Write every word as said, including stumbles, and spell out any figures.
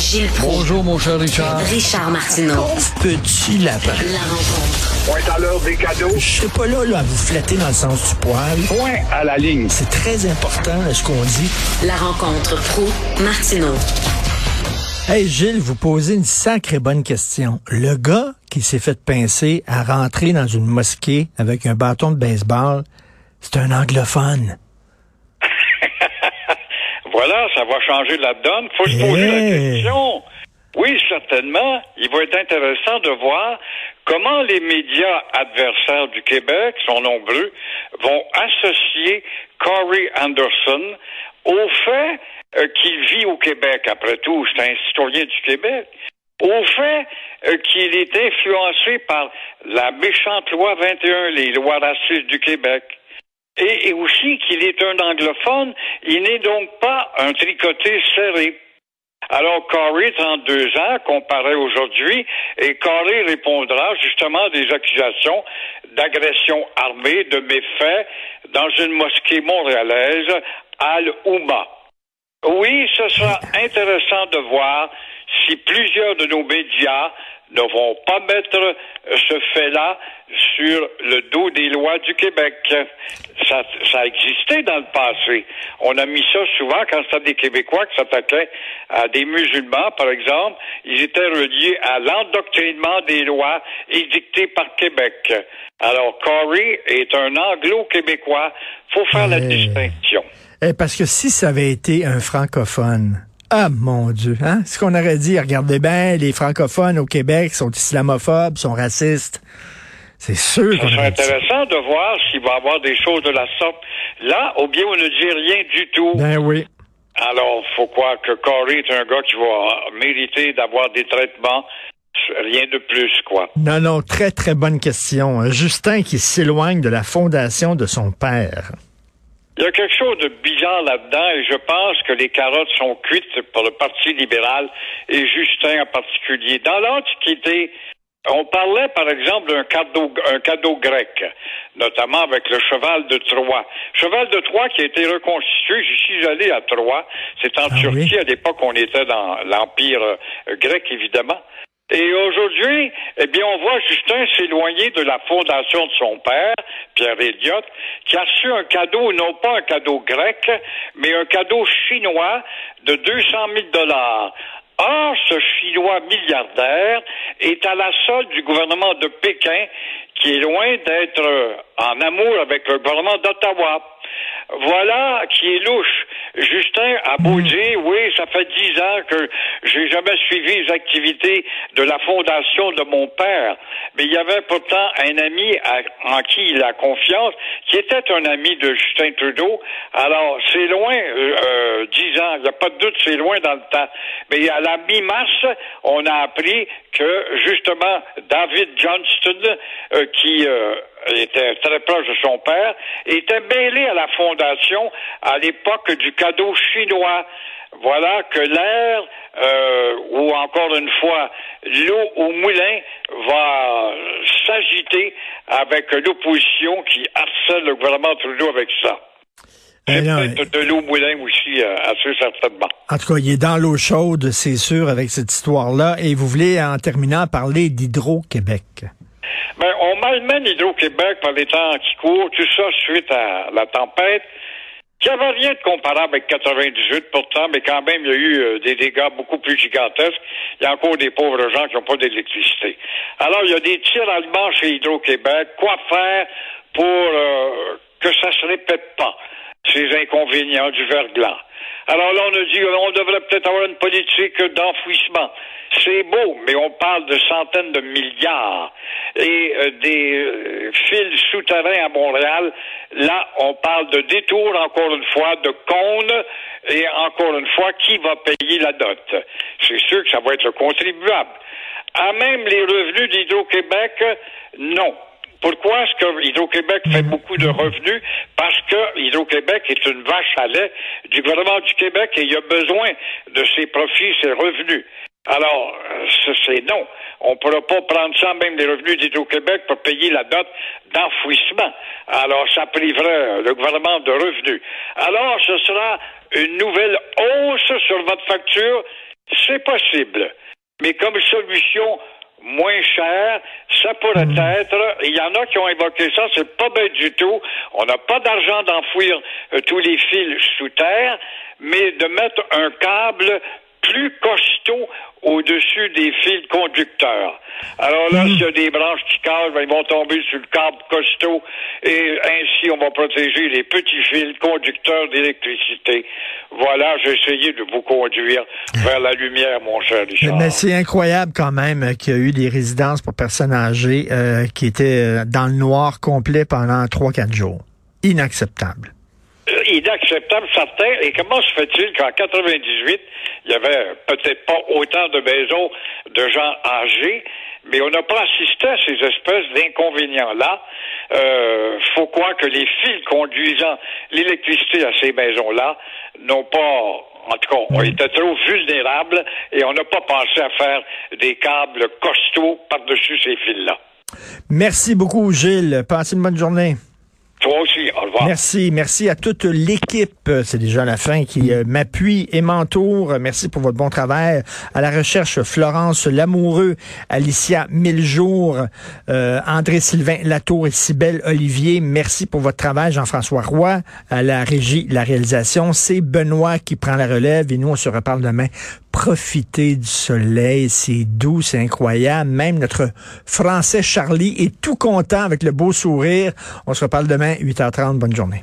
Gilles Proulx. Bonjour, mon cher Richard. Richard Martineau. Petit lapin. La rencontre. Point à l'heure des cadeaux. Je serai pas là, là à vous flatter dans le sens du poil. Point à la ligne. C'est très important, ce qu'on dit. La rencontre Proulx-Martineau. Hey Gilles, vous posez une sacrée bonne question. Le gars qui s'est fait pincer à rentrer dans une mosquée avec un bâton de baseball, c'est un anglophone. Voilà, ça va changer la donne. Faut se poser la question. Oui, certainement. Il va être intéressant de voir comment les médias adversaires du Québec, sont nombreux, vont associer Corey Anderson au fait euh, qu'il vit au Québec. Après tout, c'est un citoyen du Québec. Au fait euh, qu'il est influencé par la méchante loi vingt et un, les lois racistes du Québec. Et, et aussi qu'il est un anglophone, il n'est donc pas un tricoté serré. Alors, Corey, trente-deux ans, comparé aujourd'hui, et Corey répondra justement à des accusations d'agression armée, de méfaits, dans une mosquée montréalaise, Al-Ouma. Oui, ce sera intéressant de voir si plusieurs de nos médias ne vont pas mettre ce fait-là sur le dos des lois du Québec. Ça, ça a existé dans le passé. On a mis ça souvent quand c'était des Québécois qui s'attaquaient à des musulmans, par exemple. Ils étaient reliés à l'endoctrinement des lois édictées par Québec. Alors, Corey est un anglo-québécois. Faut faire euh, la distinction. Eh, parce que si ça avait été un francophone... Ah, mon Dieu, hein? Ce qu'on aurait dit, regardez bien, les francophones au Québec sont islamophobes, sont racistes. C'est sûr qu'on Ça serait aurait dit. intéressant de voir s'il va y avoir des choses de la sorte. Là, ou bien on ne dit rien du tout. Ben oui. Alors, faut croire que Corey est un gars qui va mériter d'avoir des traitements. Rien de plus, quoi. Non, non, très, très bonne question. Justin qui s'éloigne de la fondation de son père. Il y a quelque chose de bizarre là-dedans et je pense que les carottes sont cuites pour le Parti libéral et Justin en particulier. Dans l'Antiquité, on parlait par exemple d'un cadeau, un cadeau grec, notamment avec le cheval de Troie. Cheval de Troie qui a été reconstitué, j'y suis allé à Troie, c'est en ah, Turquie, oui? à l'époque on était dans l'Empire euh, grec évidemment. Et aujourd'hui, eh bien, on voit Justin s'éloigner de la fondation de son père, Pierre Elliott, qui a reçu un cadeau, non pas un cadeau grec, mais un cadeau chinois de deux cent mille dollars. Or, ce Chinois milliardaire est à la solde du gouvernement de Pékin, qui est loin d'être en amour avec le gouvernement d'Ottawa. Voilà qui est louche. Justin a beau dire, oui, ça fait dix ans que j'ai jamais suivi les activités de la fondation de mon père. Mais il y avait pourtant un ami à, en qui il a confiance, qui était un ami de Justin Trudeau. Alors, c'est loin, euh, dix ans, il n'y a pas de doute, c'est loin dans le temps. Mais à la mi-mars, on a appris que, justement, David Johnston, euh, qui... Euh, était très proche de son père, était mêlé à la fondation à l'époque du cadeau chinois. Voilà que l'air, euh, ou encore une fois, l'eau au moulin va s'agiter avec l'opposition qui harcèle le gouvernement Trudeau avec ça. C'est non, peut-être de l'eau au moulin aussi, euh, assez certainement. En tout cas, il est dans l'eau chaude, c'est sûr, avec cette histoire-là. Et vous voulez, en terminant, parler d'Hydro-Québec. Ben, on malmène Hydro-Québec par les temps qui courent, tout ça suite à la tempête, qui n'avait rien de comparable avec quatre-vingt-dix-huit pourtant, mais quand même, il y a eu euh, des dégâts beaucoup plus gigantesques. Il y a encore des pauvres gens qui n'ont pas d'électricité. Alors, il y a des tirs allemands chez Hydro-Québec. Quoi faire pour euh, que ça se répète pas, ces inconvénients du verglas? Alors là, on a dit on devrait peut-être avoir une politique d'enfouissement. C'est beau, mais on parle de centaines de milliards. Et euh, des euh, fils souterrains à Montréal, là, on parle de détours, encore une fois, de cônes, et encore une fois, qui va payer la dot? C'est sûr que ça va être le contribuable. À même les revenus d'Hydro-Québec, non. Pourquoi est-ce que Hydro-Québec fait beaucoup de revenus? Parce que Hydro-Québec est une vache à lait du gouvernement du Québec et il a besoin de ses profits, ses revenus. Alors, c'est non. On ne pourra pas prendre ça, même les revenus d'Hydro-Québec, pour payer la dot d'enfouissement. Alors, ça priverait le gouvernement de revenus. Alors, ce sera une nouvelle hausse sur votre facture C'est possible. Mais comme solution moins chère, ça pourrait mmh. être, il y en a qui ont évoqué ça, c'est pas bête du tout. On n'a pas d'argent d'enfouir euh, tous les fils sous terre, mais de mettre un câble plus costaud au-dessus des fils conducteurs. Alors là, mmh. s'il y a des branches qui cassent, ben, ils vont tomber sur le câble costaud et ainsi on va protéger les petits fils conducteurs d'électricité. Voilà, j'ai essayé de vous conduire vers la lumière, mon cher Richard. Mais c'est incroyable quand même qu'il y a eu des résidences pour personnes âgées euh, qui étaient dans le noir complet pendant trois quatre jours. Inacceptable. Inacceptable, certain. Et comment se fait-il qu'en quatre-vingt-dix-huit, il y avait peut-être pas autant de maisons de gens âgés, mais on n'a pas assisté à ces espèces d'inconvénients-là. Euh, faut croire que les fils conduisant l'électricité à ces maisons-là n'ont pas, en tout cas, on était trop vulnérables et on n'a pas pensé à faire des câbles costauds par-dessus ces fils-là. Merci beaucoup, Gilles. Passez une bonne journée. Toi aussi, au revoir. Merci, merci à toute l'équipe. C'est déjà la fin qui euh, m'appuie et m'entoure. Merci pour votre bon travail. À la recherche, Florence Lamoureux, Alicia Millejour, euh, André-Sylvain Latour et Cybèle Olivier. Merci pour votre travail. Jean-François Roy, à la régie, la réalisation. C'est Benoît qui prend la relève et nous, on se reparle demain. Profitez du soleil, c'est doux, c'est incroyable. Même notre Français Charlie est tout content avec le beau sourire. On se reparle demain, huit heures trente. Bonne journée.